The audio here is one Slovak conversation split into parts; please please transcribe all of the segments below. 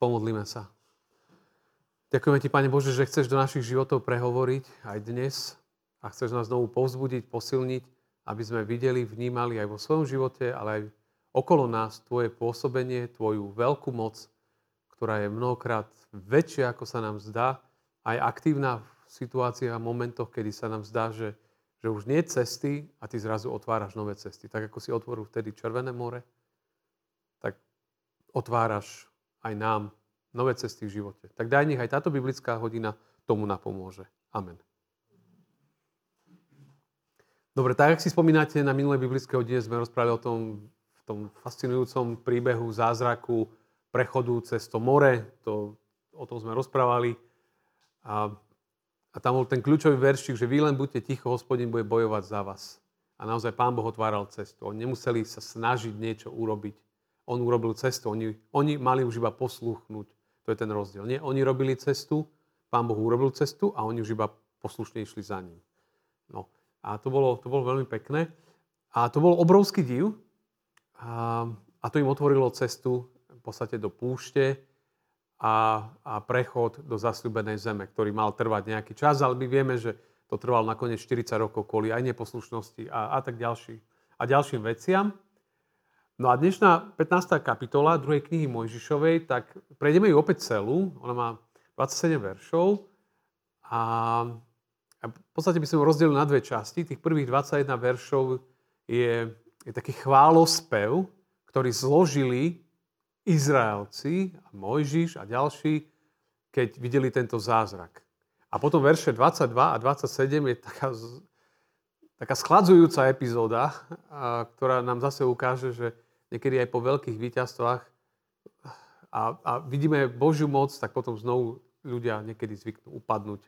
Pomodlíme sa. Ďakujeme Ti, Pane Bože, že chceš do našich životov prehovoriť aj dnes a chceš nás znovu povzbudiť, posilniť, aby sme videli, vnímali aj vo svojom živote, ale aj okolo nás Tvoje pôsobenie, Tvoju veľkú moc, ktorá je mnohokrát väčšia, ako sa nám zdá, aj aktívna v situáciách a momentoch, kedy sa nám zdá, že už nie je cesty a Ty zrazu otváraš nové cesty. Tak ako si otvoril vtedy Červené more, tak otváraš aj nám nové cesty v živote. Tak daj, nech aj táto biblická hodina tomu napomôže. Amen. Dobre, tak, ak si spomínate, na minulej biblickej hodine sme rozprávali o tom fascinujúcom príbehu zázraku, prechodu cez to more. O tom sme rozprávali. A tam bol ten kľúčový veršik, že vy len buďte ticho, Hospodin bude bojovať za vás. A naozaj Pán Boh otváral cestu. Oni nemuseli sa snažiť niečo urobiť. On urobil cestu. Oni mali už iba poslúchnuť. To je ten rozdiel. Nie, oni robili cestu, Pán Boh urobil cestu a oni už iba poslušne išli za ním. No. A to bolo veľmi pekné. A to bol obrovský div. A to im otvorilo cestu v podstate do púšte a prechod do zasľúbenej zeme, ktorý mal trvať nejaký čas, ale my vieme, že to trvalo nakoniec 40 rokov kvôli aj neposlušnosti a tak ďalším veciam. No a dnešná 15. kapitola 2. knihy Mojžišovej, tak prejdeme ju opäť celú. Ona má 27 veršov a v podstate by sme ju rozdelili na dve časti. Tých prvých 21 veršov je taký chválospev, ktorý zložili Izraelci, Mojžiš a ďalší, keď videli tento zázrak. A potom verše 22 a 27 je taká schladzujúca epizóda, ktorá nám zase ukáže, že niekedy aj po veľkých víťazstvách a vidíme Božiu moc, tak potom znovu ľudia niekedy zvyknú upadnúť.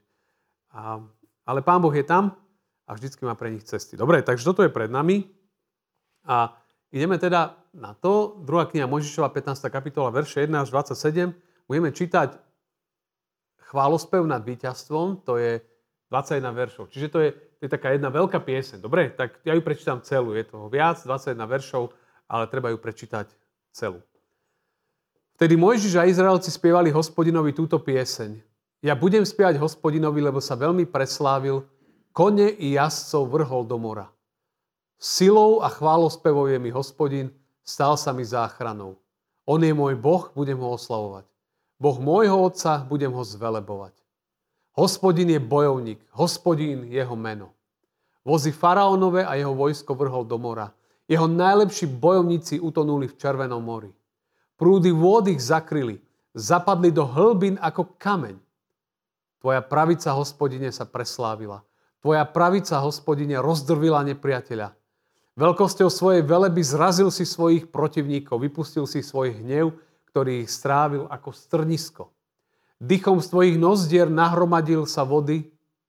Ale Pán Boh je tam a vždycky má pre nich cesty. Dobre, takže toto je pred nami. A ideme teda na to. 2. kniha Mojžišova, 15. kapitola, verše 1 až 27. Budeme čítať chválospev nad víťazstvom, to je 21 veršov. Čiže to je taká jedna veľká pieseň. Dobre, tak ja ju prečítam celú. Je toho viac, 21 veršov, ale treba ju prečítať celú. Vtedy Mojžiš a Izraelci spievali Hospodinovi túto pieseň. Ja budem spievať Hospodinovi, lebo sa veľmi preslávil, kone i jazdcov vrhol do mora. Silou a chválospevom je mi Hospodin, stal sa mi záchranou. On je môj Boh, budem ho oslavovať. Boh môjho otca, budem ho zvelebovať. Hospodin je bojovník, Hospodin jeho meno. Vozy faraónove a jeho vojsko vrhol do mora. Jeho najlepší bojovníci utonuli v Červenom mori. Prúdy vôd ich zakryli, zapadli do hlbín ako kameň. Tvoja pravica, Hospodine, sa preslávila. Tvoja pravica, Hospodine, rozdrvila nepriateľa. Veľkosťou svojej veleby zrazil si svojich protivníkov, vypustil si svoj hnev, ktorý ich strávil ako strnisko. Dychom z tvojich nozdier nahromadil sa vody,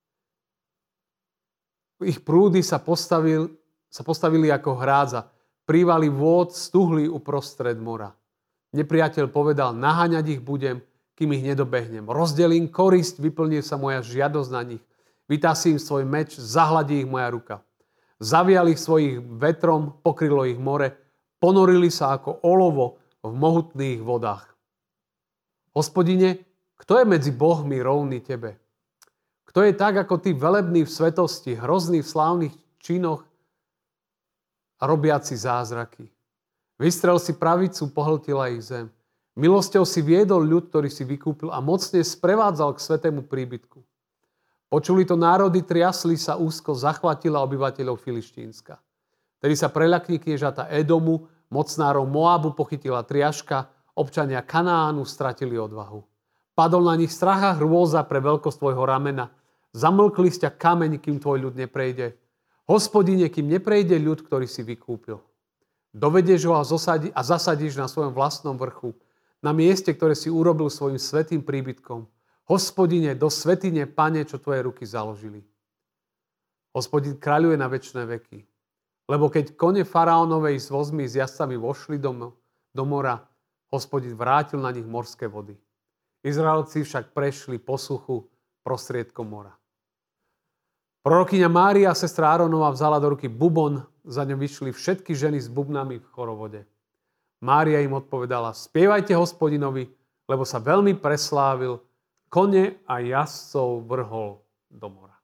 ich prúdy sa postavili ako hrádza, prívaly vôd stuhli uprostred mora. Nepriateľ povedal, naháňať ich budem, kým ich nedobehnem. Rozdelím korisť, vyplní sa moja žiadosť na nich. Vytasím svoj meč, zahladí ich moja ruka. Zavial ich svojich vetrom, pokrylo ich more, ponorili sa ako olovo v mohutných vodách. Hospodine, kto je medzi bohmi rovný tebe? Kto je tak ako ty velebný v svetosti, hrozný v slávnych činoch a robiaci zázraky? Vystrel si pravicu, pohltila ich zem. Milosťou si viedol ľud, ktorý si vykúpil a mocne sprevádzal k svätému príbytku. Počuli to národy, triasli sa, úzko zachvátila obyvateľov Filištínska. Tedy sa preľakli kniežata Edomu, mocnárov Moabu pochytila triaška, občania Kanánu stratili odvahu. Padol na nich strach a hrôza pre veľkosť tvojho ramena. Zamlkli sťa kameň, kým tvoj ľud neprejde. Hospodine, kým neprejde ľud, ktorý si vykúpil. Dovedieš ho a zasadíš na svojom vlastnom vrchu, na mieste, ktoré si urobil svojim svätým príbytkom. Hospodine, do svätyne, Pane, čo tvoje ruky založili. Hospodin kráľuje na večné veky. Lebo keď kone faraónovej s vozmi s jazdcami vošli do mora, Hospodin vrátil na nich morské vody. Izraelci však prešli po suchu prostriedkom mora. Prorokyňa Mária, sestra Áronova, vzala do ruky bubon, za ňou vyšli všetky ženy s bubnami v chorovode. Mária im odpovedala, spievajte Hospodinovi, lebo sa veľmi preslávil, kone a jazdcov vrhol do mora.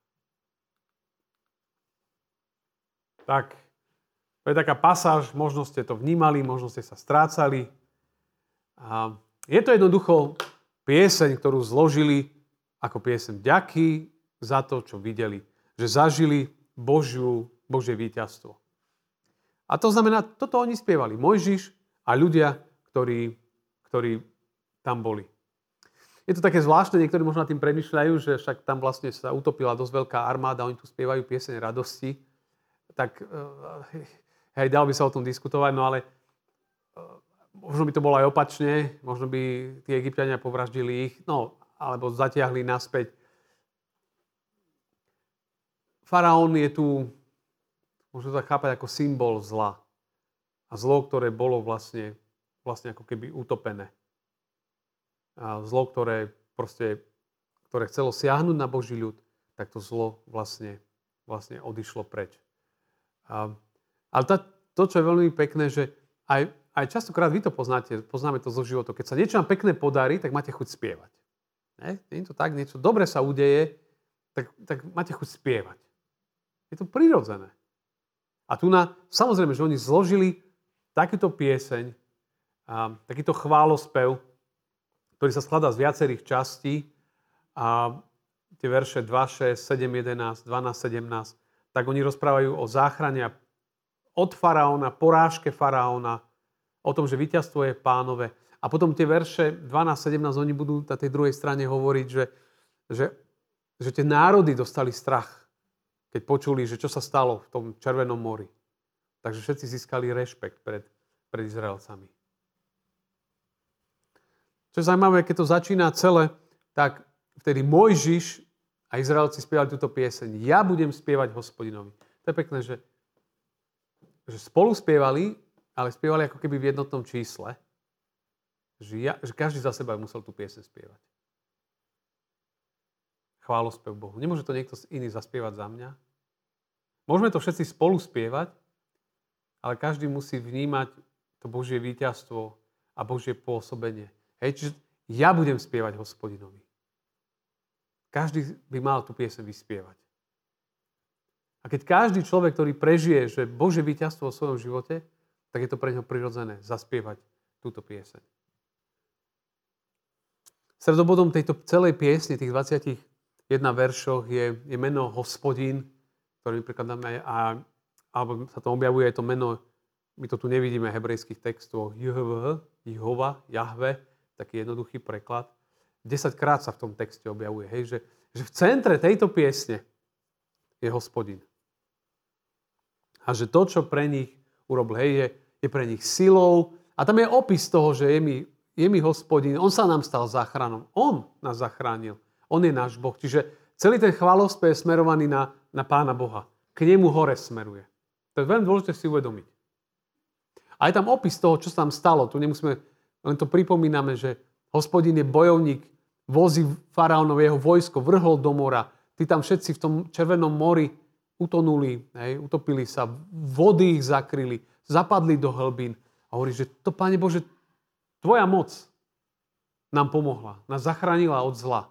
Tak, to je taká pasáž, možno ste to vnímali, možno ste sa strácali. A je to jednoducho pieseň, ktorú zložili ako pieseň vďaky za to, čo videli. Že zažili Božie víťazstvo. A to znamená, toto oni spievali. Mojžiš a ľudia, ktorí tam boli. Je to také zvláštne, niektorí možno nad tým premýšľajú, že však tam vlastne sa utopila dosť veľká armáda, oni tu spievajú pieseň radosti. Tak, hej, dalo by sa o tom diskutovať, no ale možno by to bolo aj opačne, možno by tí Egypťania povraždili ich, no, alebo zatiahli naspäť. Faraón je tu, môžeme to chápať ako symbol zla. A zlo, ktoré bolo vlastne ako keby utopené. A zlo, ktoré chcelo siahnuť na Boží ľud, tak to zlo vlastne odišlo preč. Ale to, čo je veľmi pekné, že aj častokrát vy to poznáme to zo života. Keď sa niečo nám pekné podarí, tak máte chuť spievať. Nie je to tak, niečo dobre sa udeje, tak máte chuť spievať. Je to prirodzené. A tu samozrejme, že oni zložili takúto pieseň, takýto chválospev, ktorý sa skladá z viacerých častí, a tie verše 2, 6, 7, 11, 12, 17, tak oni rozprávajú o záchrane od faraóna, porážke faraóna, o tom, že víťazstvo je Pánové. A potom tie verše 12, 17, oni budú na tej druhej strane hovoriť, že tie národy dostali strach, keď počuli, že čo sa stalo v tom Červenom mori. Takže všetci získali rešpekt pred Izraelcami. Čo je zaujímavé, keď to začína celé, tak vtedy Mojžiš a Izraelci spievali túto pieseň. Ja budem spievať Hospodinovi. To je pekné, že spolu spievali, ale spievali ako keby v jednotnom čísle. Že každý za seba musel tú pieseň spievať. Chválospev Bohu. Nemôže to niekto iný zaspievať za mňa? Môžeme to všetci spolu spievať, ale každý musí vnímať to Božie víťazstvo a Božie pôsobenie. Hej, čiže ja budem spievať Hospodinovi. Každý by mal tú pieseň vyspievať. A keď každý človek, ktorý prežije, že Božie víťazstvo vo svojom živote, tak je to pre neho prirodzené zaspievať túto pieseň. Stredobodom tejto celej piesne, tých 21 veršoch, je meno Hospodin, ktoré my prekladáme, alebo sa to objavuje, je to meno, my to tu nevidíme v hebrejských textoch, Jehova, Jahve, taký jednoduchý preklad. 10 krát sa v tom texte objavuje, hej, že v centre tejto piesne je Hospodin. A že to, čo pre nich urobil, hej, je pre nich silou. A tam je opis toho, že je mi Hospodin, on sa nám stal záchranom. On nás zachránil. On je náš Boh. Čiže celý ten chválospev je smerovaný na Pána Boha. K nemu hore smeruje. To je veľmi dôležité si uvedomiť. A je tam opis toho, čo sa tam stalo. Tu nemusíme, len to pripomíname, že Hospodin je bojovník, vozí faraónov, jeho vojsko, vrhol do mora. Tí tam všetci v tom Červenom mori utonuli, utopili sa, vody ich zakryli, zapadli do hlbín. A hovorí, že to, Pane Bože, tvoja moc nám pomohla, nás zachránila od zla.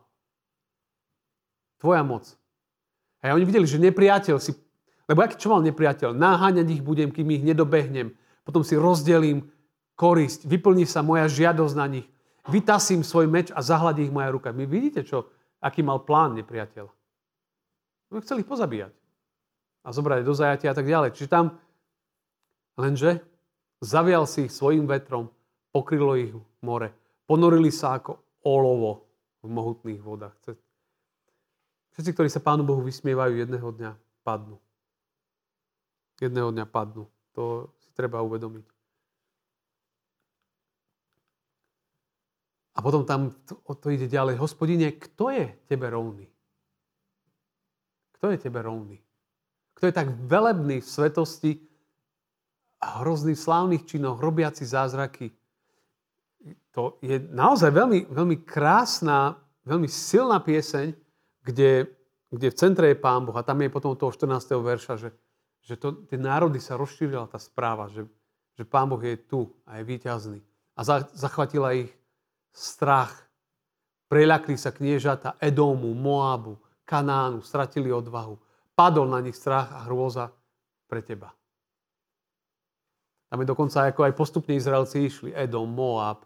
Tvoja moc. A oni videli, že nepriateľ si, lebo čo mal nepriateľ? Naháňať ich budem, kým ich nedobehnem. Potom si rozdelím korisť, vyplní sa moja žiadosť na nich. Vytasím svoj meč a zahladí ich moja ruka. My vidíte, aký mal plán nepriateľ. On chcel ich pozabíjať. A zobrať do zajatia a tak ďalej. Čiže tam, lenže zavial si ich svojím vetrom, pokrylo ich more. Ponorili sa ako olovo v mohutných vodách. Všetci, ktorí sa Pánu Bohu vysmievajú, jedného dňa padnú. Jedného dňa padnú. To si treba uvedomiť. A potom tam to ide ďalej. Hospodine, kto je tebe rovný? Kto je tebe rovný? Kto je tak velebný v svetosti a hrozných slávnych činoch, robiaci zázraky? To je naozaj veľmi, veľmi krásna, veľmi silná pieseň, kde v centre je Pán Boh. A tam je potom toho 14. verša, že tie národy sa rozšírila tá správa, že Pán Boh je tu a je víťazný. A zachvatila ich strach. Preľakli sa kniežata Edómu, Moabu, Kanánu, stratili odvahu. Padol na nich strach a hrôza pre teba. Tam je dokonca, ako aj postupne Izraelci išli. Edom, Moab,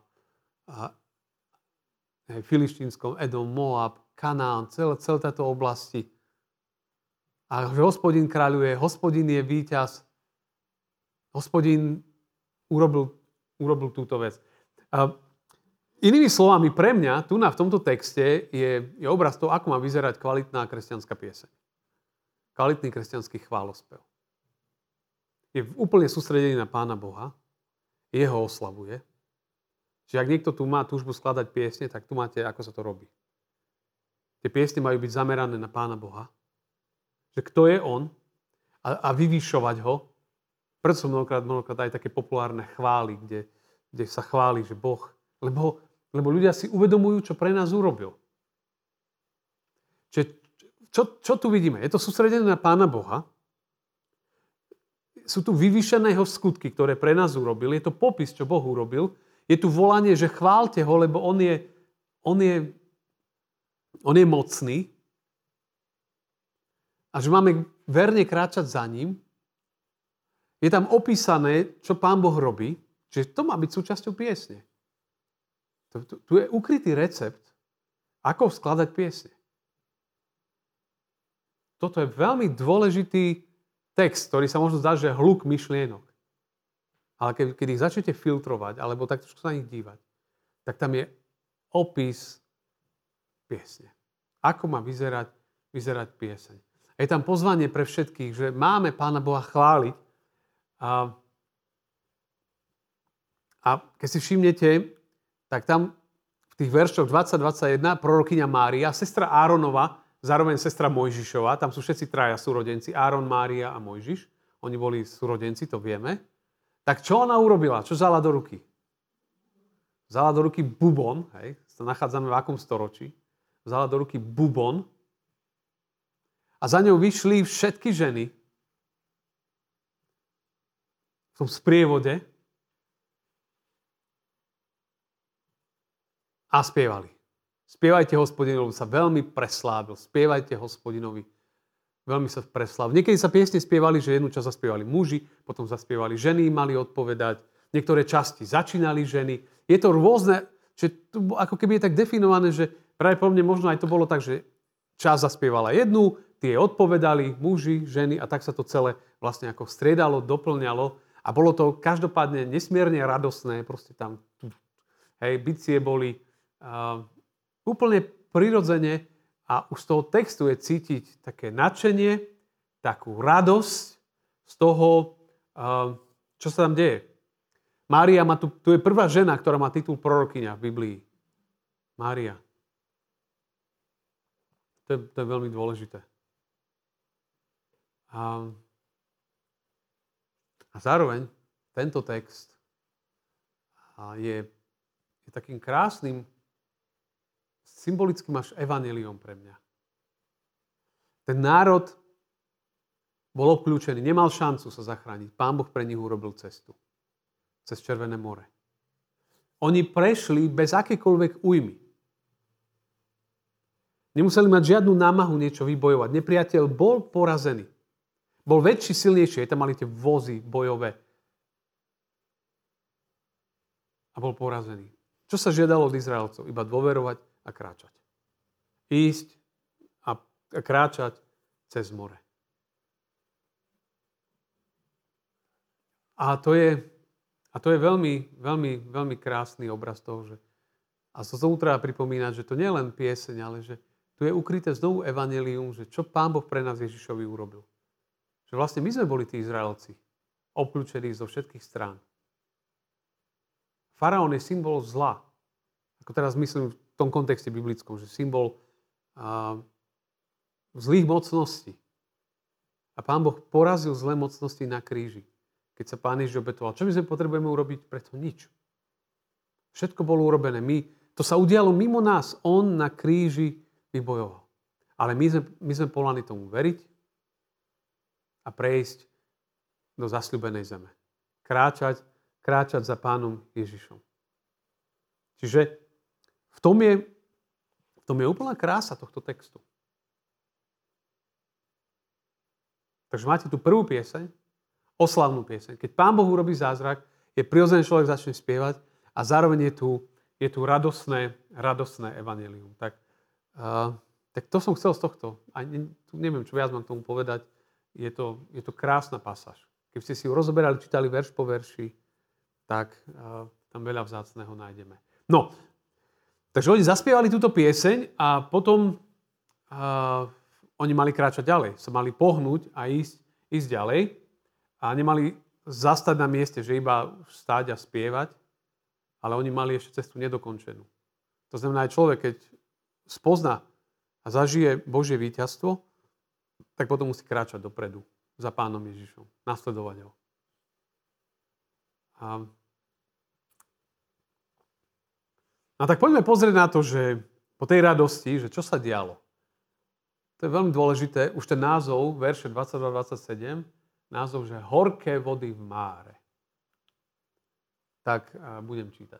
Filištínskom, Edom, Moab, Kanán, celé táto oblasti. A že Hospodin kráľuje, Hospodin je víťaz, Hospodin urobil túto vec. Inými slovami, pre mňa, tu v tomto texte je obraz toho, ako má vyzerať kvalitná kresťanská pieseň. Kvalitný kresťanský chválospev. Je úplne sústredený na Pána Boha, jeho oslavuje. Čiže ak niekto tu má túžbu skladať piesne, tak tu máte, ako sa to robí. Tie piesne majú byť zamerané na Pána Boha, že kto je on a vyvyšovať ho. Preto sú mnohokrát aj také populárne chvály, kde sa chváli, že Boh, lebo ľudia si uvedomujú, čo pre nás urobil. Čiže čo tu vidíme? Je to sústredené na Pána Boha. Sú tu vyvýšené jeho skutky, ktoré pre nás urobil. Je to popis, čo Boh urobil. Je tu volanie, že chválte ho, lebo on je mocný. A že máme verne kráčať za ním. Je tam opísané, čo Pán Boh robí. Čiže to má byť súčasťou piesne. Tu je ukrytý recept, ako skladať piesne. Toto je veľmi dôležitý text, ktorý sa možno zdá, že je hluk myšlienok. Ale keď ich začnete filtrovať, alebo tak trošku sa na nich dívať, tak tam je opis piesne. Ako má vyzerať pieseň. Je tam pozvanie pre všetkých, že máme Pána Boha chváliť. A keď si všimnete, tak tam v tých veršoch 20-21 prorokyňa Mária, sestra Áronova, zároveň sestra Mojžišova, tam sú všetci traja súrodenci, Áron, Mária a Mojžiš. Oni boli súrodenci, to vieme. Tak čo ona urobila? Čo vzala do ruky? Vzala do ruky bubon, hej, sa nachádzame v akom storočí. Vzala do ruky bubon a za ňou vyšli všetky ženy v tom sprievode a spievali. Spievajte Hospodinovi, sa veľmi preslávil. Spievajte Hospodinovi, veľmi sa preslávil. Niekedy sa piesne spievali, že jednu časť zaspievali muži, potom zaspievali ženy, mali odpovedať. Niektoré časti začínali ženy. Je to rôzne, že tu ako keby je tak definované, že pravdepodobne možno aj to bolo tak, že časť zaspievala jednu, tie odpovedali muži, ženy a tak sa to celé vlastne ako striedalo, doplňalo a bolo to každopádne nesmierne radosné, proste tam bicie boli úplne prirodzene a už z toho textu je cítiť také nadšenie, takú radosť z toho, čo sa tam deje. Mária tu je prvá žena, ktorá má titul prorokyňa v Biblii. Mária. To je veľmi dôležité. A zároveň tento text je takým krásnym symbolickým až evanjeliom pre mňa. Ten národ bol obkľúčený, nemal šancu sa zachrániť. Pán Boh pre nich urobil cestu. Cez Červené more. Oni prešli bez akékoľvek újmy. Nemuseli mať žiadnu námahu niečo vybojovať. Nepriateľ bol porazený. Bol väčší, silnejší. Aj tam mali tie vozy bojové. A bol porazený. Čo sa žiadalo od Izraelcov? Iba dôverovať a kráčať. Ísť a kráčať cez more. A to je veľmi, veľmi, veľmi krásny obraz toho, že a znovu treba pripomínať, že to nie je len pieseň, ale že tu je ukryté znovu evanjelium, že čo Pán Boh pre nás Ježišovi urobil. Že vlastne my sme boli tí Izraelci, obklúčení zo všetkých strán. Faraón je symbol zla. Ako teraz myslím v tom kontexte biblickom, že symbol zlých mocností. A Pán Boh porazil zlé mocnosti na kríži, keď sa Pán Ježiš obetoval. Čo my sme potrebujeme urobiť? Preto nič. Všetko bolo urobené. To sa udialo mimo nás. On na kríži vybojoval. Ale my sme povolaní tomu veriť a prejsť do zasľúbenej zeme. Kráčať za Pánom Ježišom. Čiže V tom je úplná krása tohto textu. Takže máte tu prvú pieseň, oslavnú pieseň. Keď Pán Boh urobí zázrak, je prirodzené, človek začne spievať a zároveň je tu radosné evanjelium. Tak to som chcel z tohto. Neviem, čo viac mám k tomu povedať. Je to krásna pasáž. Keby ste si ju rozoberali, čítali verš po verši, tak tam veľa vzácneho nájdeme. No, takže oni zaspievali túto pieseň a potom oni mali kráčať ďalej. Sa mali pohnúť a ísť ďalej a nemali zastať na mieste, že iba stáť a spievať, ale oni mali ešte cestu nedokončenú. To znamená, aj človek, keď spozná a zažije Božie víťazstvo, tak potom musí kráčať dopredu za Pánom Ježišom. Nasledovať ho. No tak poďme pozrieť na to, že po tej radosti, že čo sa dialo. To je veľmi dôležité. Už ten názov, verše 22-27, názov, že horké vody v máre. Tak budem čítať.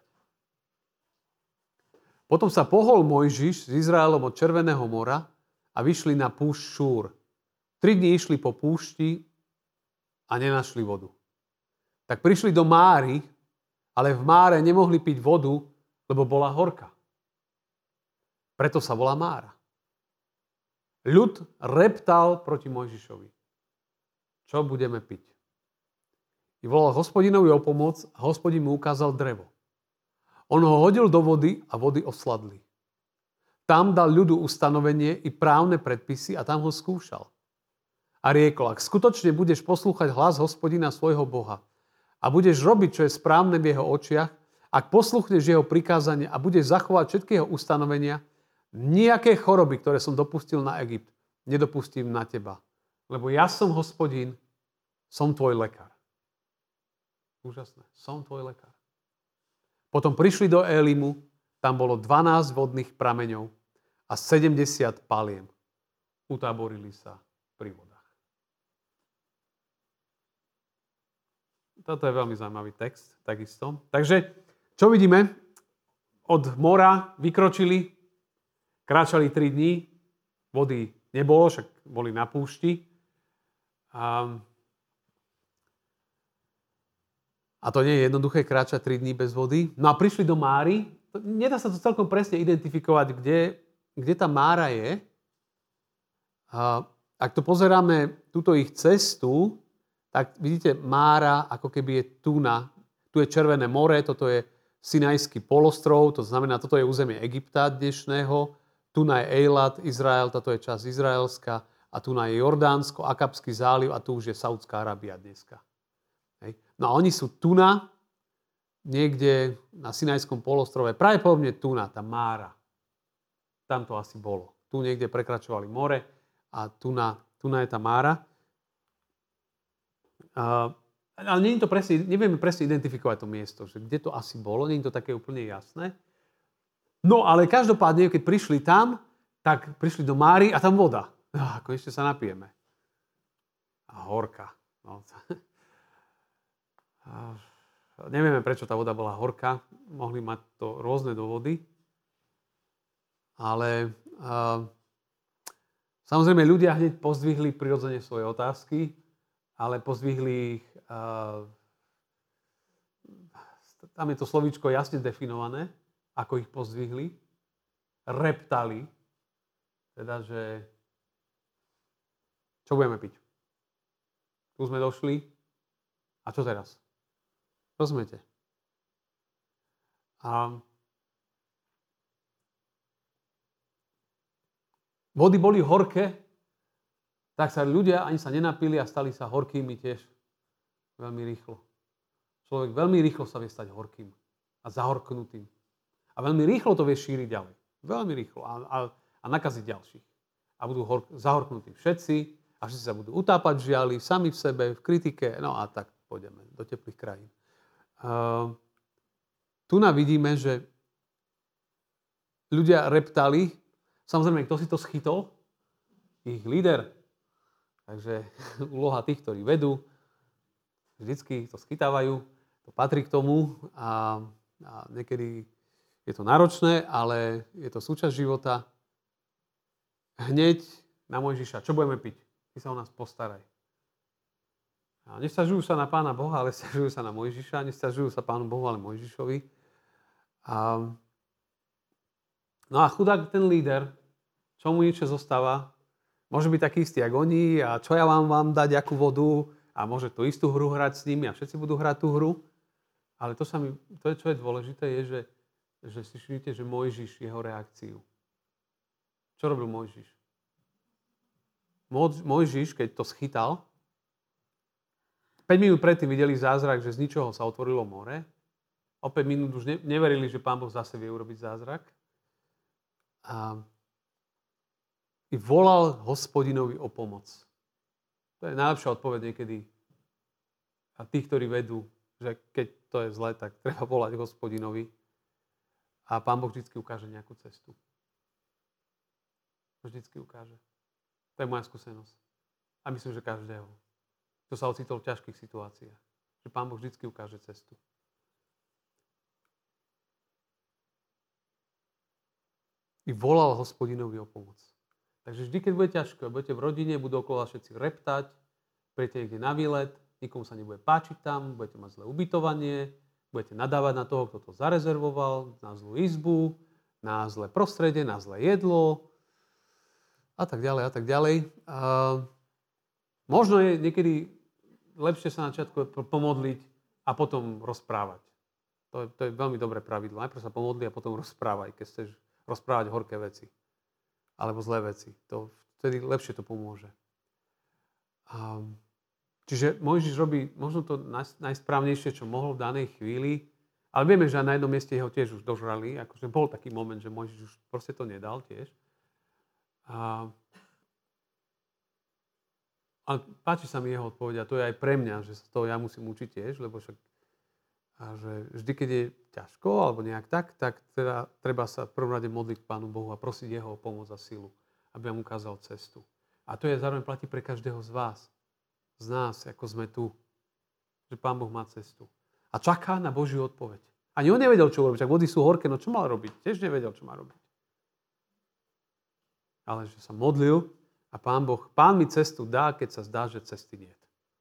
Potom sa pohol Mojžiš s Izraelom od Červeného mora a vyšli na púšť Šúr. 3 dni išli po púšti a nenašli vodu. Tak prišli do Máry, ale v Máre nemohli piť vodu, lebo bola horká. Preto sa volá Mára. Ľud reptal proti Mojžišovi. Čo budeme piť? I volal Hospodinovi o pomoc a Hospodin mu ukázal drevo. On ho hodil do vody a vody osladli. Tam dal ľudu ustanovenie i právne predpisy a tam ho skúšal. A riekol, ak skutočne budeš poslúchať hlas Hospodina svojho Boha a budeš robiť, čo je správne v jeho očiach, ak posluchneš jeho prikázanie a budeš zachovať všetky jeho ustanovenia, nejaké choroby, ktoré som dopustil na Egypt, nedopustím na teba. Lebo ja som Hospodin, som tvoj lekár. Úžasné. Som tvoj lekár. Potom prišli do Elimu, tam bolo 12 vodných prameňov a 70 paliem. Utáborili sa pri vodách. Toto je veľmi zaujímavý text, takisto. Takže, čo vidíme? Od mora vykročili, kráčali 3 dní, vody nebolo, však boli na púšti. A to nie je jednoduché kráčať 3 dní bez vody. No a prišli do Máry. Nedá sa to celkom presne identifikovať, kde tá Mára je. Ak to pozeráme túto ich cestu, tak vidíte, Mára ako keby je tuna. Tu je Červené more, toto je Sinajský polostrov, to znamená, toto je územie Egypta dnešného. Tuna je Eilat, Izrael, táto je časť izraelská. A tuna je Jordánsko, Akabský záliv a tu už je Saudská Arábia dneska. Hej. No a oni sú tuna, niekde na Sinajskom polostrove, pravdepodobne tuna, tá Mára. Tam to asi bolo. Tu niekde prekračovali more a tuna je tá Mára. Ale nevieme presne identifikovať to miesto, že kde to asi bolo, nie je to také úplne jasné. No ale každopádne, keď prišli tam, tak prišli do Máry a tam voda. Ako ešte sa napijeme. A horká. No. Nevieme, prečo tá voda bola horká. Mohli mať to rôzne dôvody. Ale samozrejme ľudia hneď pozdvihli prirodzene svoje otázky, ale pozdvihli ich, tam je to slovíčko jasne definované, ako ich pozdvihli, reptali, teda, že čo budeme piť? Tu sme došli a čo teraz? Rozumiete? Vody boli horké, tak sa ľudia ani sa nenapili a stali sa horkými tiež veľmi rýchlo. Človek veľmi rýchlo sa vie stať horkým a zahorknutým. A veľmi rýchlo to vie šíriť ďalej. Veľmi rýchlo. A nakaziť ďalších. A budú zahorknutí všetci a všetci sa budú utápať v žiali, sami v sebe, v kritike. No a tak pôjdeme do teplých krajín. Tu vidíme, že ľudia reptali. Samozrejme, kto si to schytol? Ich líder. Takže úloha tých, ktorí vedú, vždycky to schytávajú, to patrí k tomu a niekedy Je to náročné, ale je to súčasť života. Hneď na Mojžiša. Čo budeme piť? Ty sa o nás postaraj. A nesťažujú sa na Pána Boha, ale sťažujú sa na Mojžiša. Nesťažujú sa Pánu Bohu, ale Mojžišovi. No a chudák ten líder, čo mu niečo zostáva, môže byť taký istý, ako oni, a čo ja vám dať, akú vodu, a môže tú istú hru hrať s nimi a všetci budú hrať tú hru. Ale čo je dôležité, je, že si všimnite, že Mojžiš, jeho reakciu. Čo robil Mojžiš? Mojžiš, keď to schytal, 5 minút predtým videli zázrak, že z ničoho sa otvorilo more. O 5 minút už neverili, že Pán Boh zase vie urobiť zázrak. I volal Hospodinovi o pomoc. To je najlepšia odpoveď niekedy. A tí, ktorí vedú, že keď to je zle, tak treba volať Hospodinovi. A Pán Boh vždycky ukáže nejakú cestu. Vždycky ukáže. To je moja skúsenosť. A myslím, že každého. Kto sa ocitol v ťažkých situáciách. Že Pán Boh vždycky ukáže cestu. I volal Hospodinovi o pomoc. Takže vždy, keď bude ťažko, budete v rodine, budú okolo všetci reptať, príjete niekde na výlet, nikomu sa nebude páčiť tam, budete mať zlé ubytovanie, budete nadávať na toho, kto to zarezervoval, na zlú izbu, na zlé prostredie, na zlé jedlo a tak ďalej a tak ďalej. Možno je niekedy lepšie sa na začiatku pomodliť a potom rozprávať. To je veľmi dobré pravidlo. Najprv sa pomodli a potom rozprávaj, keď chceš rozprávať horké veci. Alebo zlé veci. Vtedy lepšie to pomôže. Čiže Mojžiš robí možno to najsprávnejšie, čo mohol v danej chvíli, ale vieme, že na jednom mieste ho tiež už dožrali. Akože bol taký moment, že Mojžiš už proste to nedal tiež. A páči sa mi jeho odpoveď, a to je aj pre mňa, že sa toho ja musím učiť tiež, lebo však že vždy, keď je ťažko, alebo nejak tak teda treba sa v prvom rade modliť k Pánu Bohu a prosiť jeho o pomoc a silu, aby vám ukázal cestu. A to je zároveň platí pre každého z vás, z nás, ako sme tu, že Pán Boh má cestu. A čaká na Božiu odpoveď. Ani on nevedel, čo robiť. Ak vody sú horké, no čo mal robiť? Tiež nevedel, čo má robiť. Ale že sa modlil a Pán mi cestu dá, keď sa zdá, že cesty nie.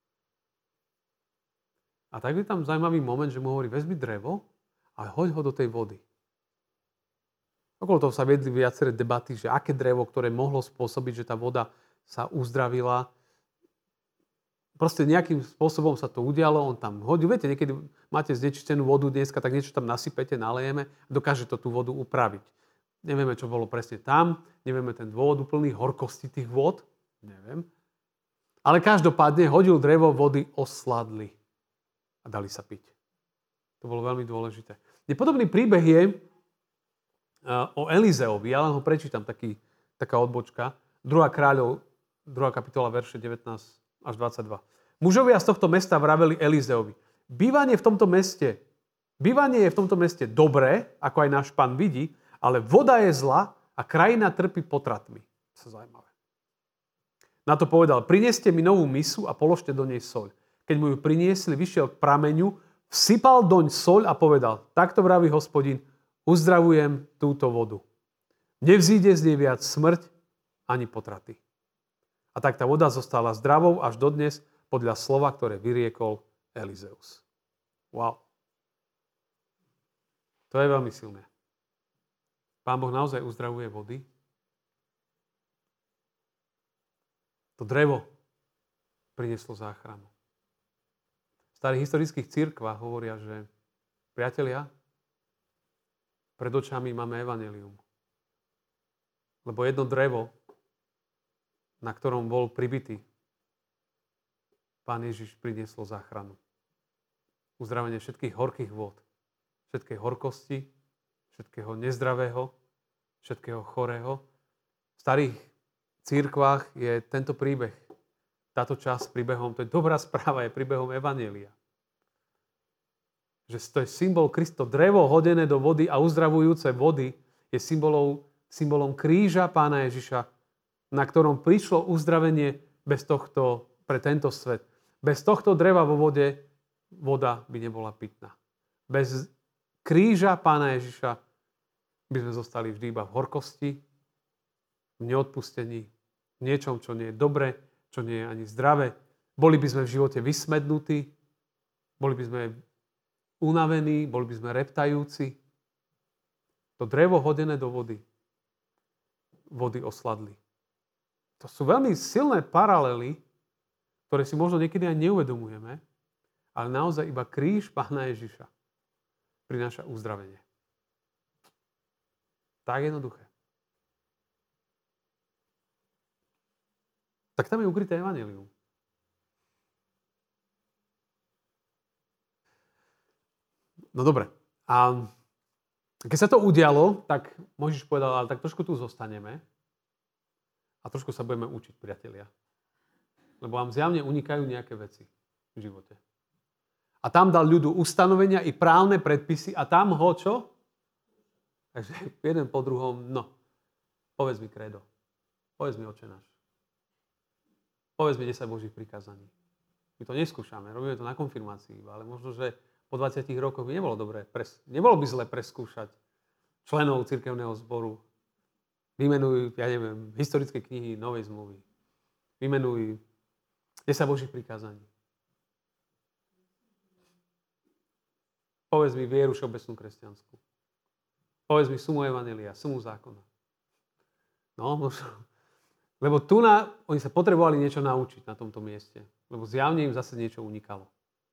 A tak je tam zaujímavý moment, že mu hovorí, vezmi drevo a hoď ho do tej vody. Okolo toho sa viedli viaceré debaty, že aké drevo, ktoré mohlo spôsobiť, že tá voda sa uzdravila. Proste nejakým spôsobom sa to udialo, on tam hodil. Viete, niekedy máte znečistenú vodu dneska, tak niečo tam nasypete, nalejeme, dokáže to tú vodu upraviť. Nevieme, čo bolo presne tam, nevieme ten dôvod úplný horkosti tých vôd, neviem. Ale každopádne hodil drevo, vody osladli a dali sa piť. To bolo veľmi dôležité. Podobný príbeh je o Elizeovi. Ja len ho prečítam, taká odbočka. 2. kráľov, 2. kapitola, verše 19 až 22. Mužovia z tohto mesta vraveli Elizeovi. Bývanie je v tomto meste dobré, ako aj náš pán vidí, ale voda je zlá a krajina trpí potratmi. To je zaujímavé. Na to povedal, prineste mi novú misu a položte do nej soľ. Keď mu ju priniesli, vyšiel k prameňu, vsypal doň soľ a povedal, takto vraví Hospodin, uzdravujem túto vodu. Nevzíde z nej viac smrť ani potraty. A tak tá voda zostala zdravou až dodnes podľa slova, ktoré vyriekol Elizeus. Wow. To je veľmi silné. Pán Boh naozaj uzdravuje vody. To drevo prinieslo záchranu. V starých historických cirkvách hovoria, že priatelia, pred očami máme evanjelium. Lebo jedno drevo, na ktorom bol pribitý, Pán Ježiš prinieslo záchranu. Uzdravenie všetkých horkých vôd, všetkej horkosti, všetkého nezdravého, všetkého chorého. V starých cirkvách je tento príbeh, táto časť príbehom, to je dobrá správa, je príbehom evanjelia. Že to je symbol Kristo. Drevo hodené do vody a uzdravujúce vody je symbolom kríža Pána Ježiša, na ktorom prišlo uzdravenie pre tento svet. Bez tohto dreva vo vode voda by nebola pitná. Bez kríža Pána Ježiša by sme zostali vždy iba v horkosti, v neodpustení, v niečom, čo nie je dobre, čo nie je ani zdravé. Boli by sme v živote vysmednutí, boli by sme unavení, boli by sme reptajúci. To drevo hodené do vody, vody osladli. To sú veľmi silné paralely, ktoré si možno niekedy aj neuvedomujeme, ale naozaj iba kríž Pána Ježiša prináša uzdravenie. Tak jednoduché. Tak tam je ukryté evanjelium. No dobre. A keď sa to udialo, tak Mojžiš povedal, ale tak trošku tu zostaneme a trošku sa budeme učiť, priatelia. Lebo vám zjavne unikajú nejaké veci v živote. A tam dal ľudu ustanovenia i právne predpisy a tam ho čo? Takže jeden po druhom, no, povedz mi kredo, povedz mi Otče náš, povedz mi 10 Božích prikázaní. My to neskúšame, robíme to na konfirmácii, ale možno, že po 20 rokoch by nebolo by zle preskúšať členov cirkevného zboru. Vymenuj, ja neviem, historické knihy Novej zmluvy. Vymenuj 10 Božích prikázaní. Povedz mi vieru všeobecnú kresťanskú. Povedz mi sumu evanjelia, sumu zákona. No, možno. Lebo oni sa potrebovali niečo naučiť na tomto mieste. Lebo zjavne im zase niečo unikalo.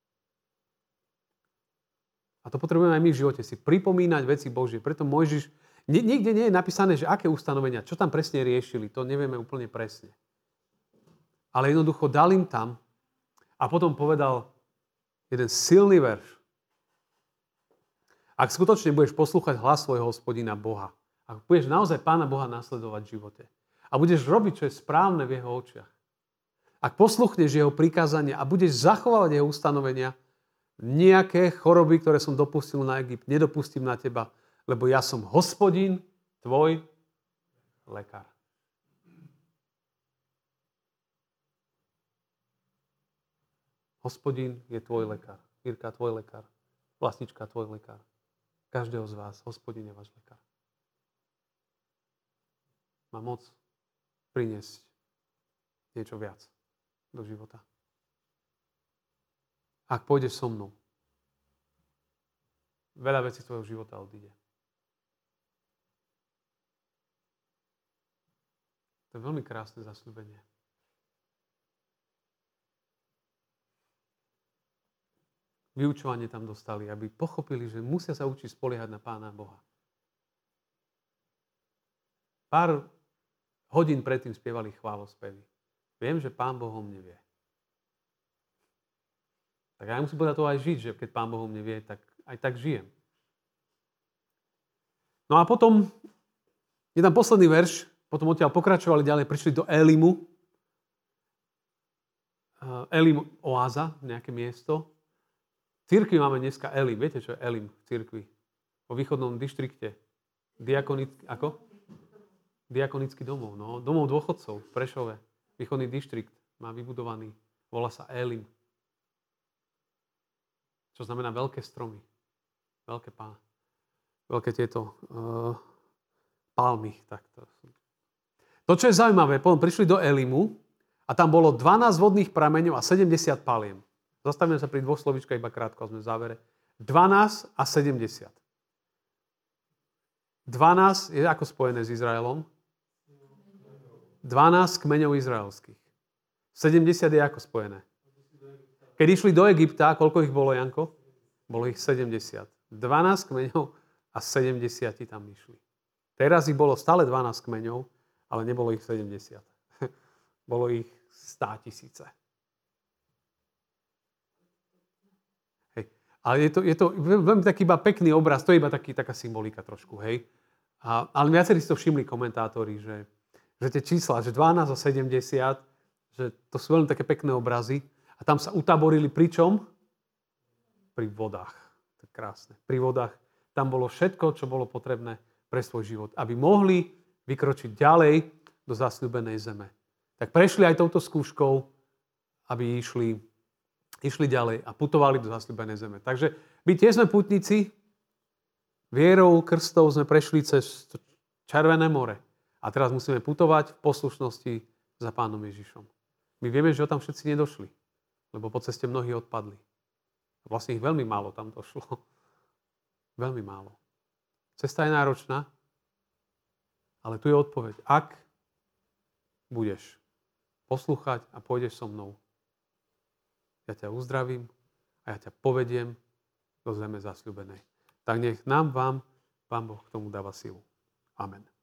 A to potrebujeme aj my v živote, si pripomínať veci Božie. Preto Mojžiš, nikde nie je napísané, že aké ustanovenia, čo tam presne riešili, to nevieme úplne presne. Ale jednoducho dal im tam a potom povedal jeden silný verš. Ak skutočne budeš poslúchať hlas svojho Hospodina Boha, ak budeš naozaj Pána Boha nasledovať v živote a budeš robiť, čo je správne v jeho očiach, ak posluchneš jeho prikázania a budeš zachovávať jeho ustanovenia, nejaké choroby, ktoré som dopustil na Egypt, nedopustím na teba, lebo ja som Hospodin, tvoj lekár. Hospodin je tvoj lekár. Jirka, tvoj lekár. Vlastička, tvoj lekár. Každého z vás, Hospodin je váš lekár. Má moc priniesť niečo viac do života. Ak pôjdeš so mnou, veľa vecí z tvojho života odíde. To je veľmi krásne zasľúbenie. Vyučovanie tam dostali, aby pochopili, že musia sa učiť spoliehať na Pána Boha. Pár hodín predtým spievali chválospevy. Viem, že Pán Boh o mne vie. Tak ja musím podľa toho aj žiť, že keď Pán Boh o mne vie, tak aj tak žijem. No a potom je tam posledný verš, potom odtiaľ pokračovali ďalej, prišli do Elimu. Elim, oáza, nejaké miesto. V cirkvi máme dneska Elim. Viete, čo je Elim v cirkvi? Po východnom dištrikte. Diakonický domov. No, domov dôchodcov v Prešove. Východný dištrikt má vybudovaný. Volá sa Elim. Čo znamená veľké stromy. Veľké tieto palmy. To, čo je zaujímavé, potom prišli do Elimu a tam bolo 12 vodných prameňov a 70 paliem. Zastavíme sa pri dvoch slovíčkach iba krátko, sme v závere. 12 a 70. 12 je ako spojené s Izraelom? 12 kmeňov izraelských. 70 je ako spojené? Keď išli do Egypta, koľko ich bolo, Janko? Bolo ich 70. 12 kmeňov a 70 tam išli. Teraz ich bolo stále 12 kmeňov, ale nebolo ich 70. Bolo ich 100 000. Hej. Ale je to veľmi taký iba pekný obraz, to je iba taká symbolika trošku, hej. Ale viacerí si to všimli komentátori, že tie čísla, že 12 a 70, že to sú veľmi také pekné obrazy. A tam sa utaborili pri čom? Pri vodách. To je krásne. Pri vodách. Tam bolo všetko, čo bolo potrebné pre svoj život. Aby mohli vykročiť ďalej do zasľúbenej zeme. Tak prešli aj touto skúškou, aby išli ďalej a putovali do zasľúbenej zeme. Takže my tie sme putníci Vierou krstov sme prešli cez Červené more. A teraz musíme putovať v poslušnosti za Pánom Ježišom. My vieme, že ho tam všetci nedošli, lebo po ceste mnohí odpadli. Vlastne ich veľmi málo tam došlo. Veľmi málo. Cesta je náročná, ale tu je odpoveď. Ak budeš poslúchať a pôjdeš so mnou, ja ťa uzdravím a ja ťa povediem do zeme zasľúbenej. Tak nech nám, vám, Pán Boh k tomu dáva silu. Amen.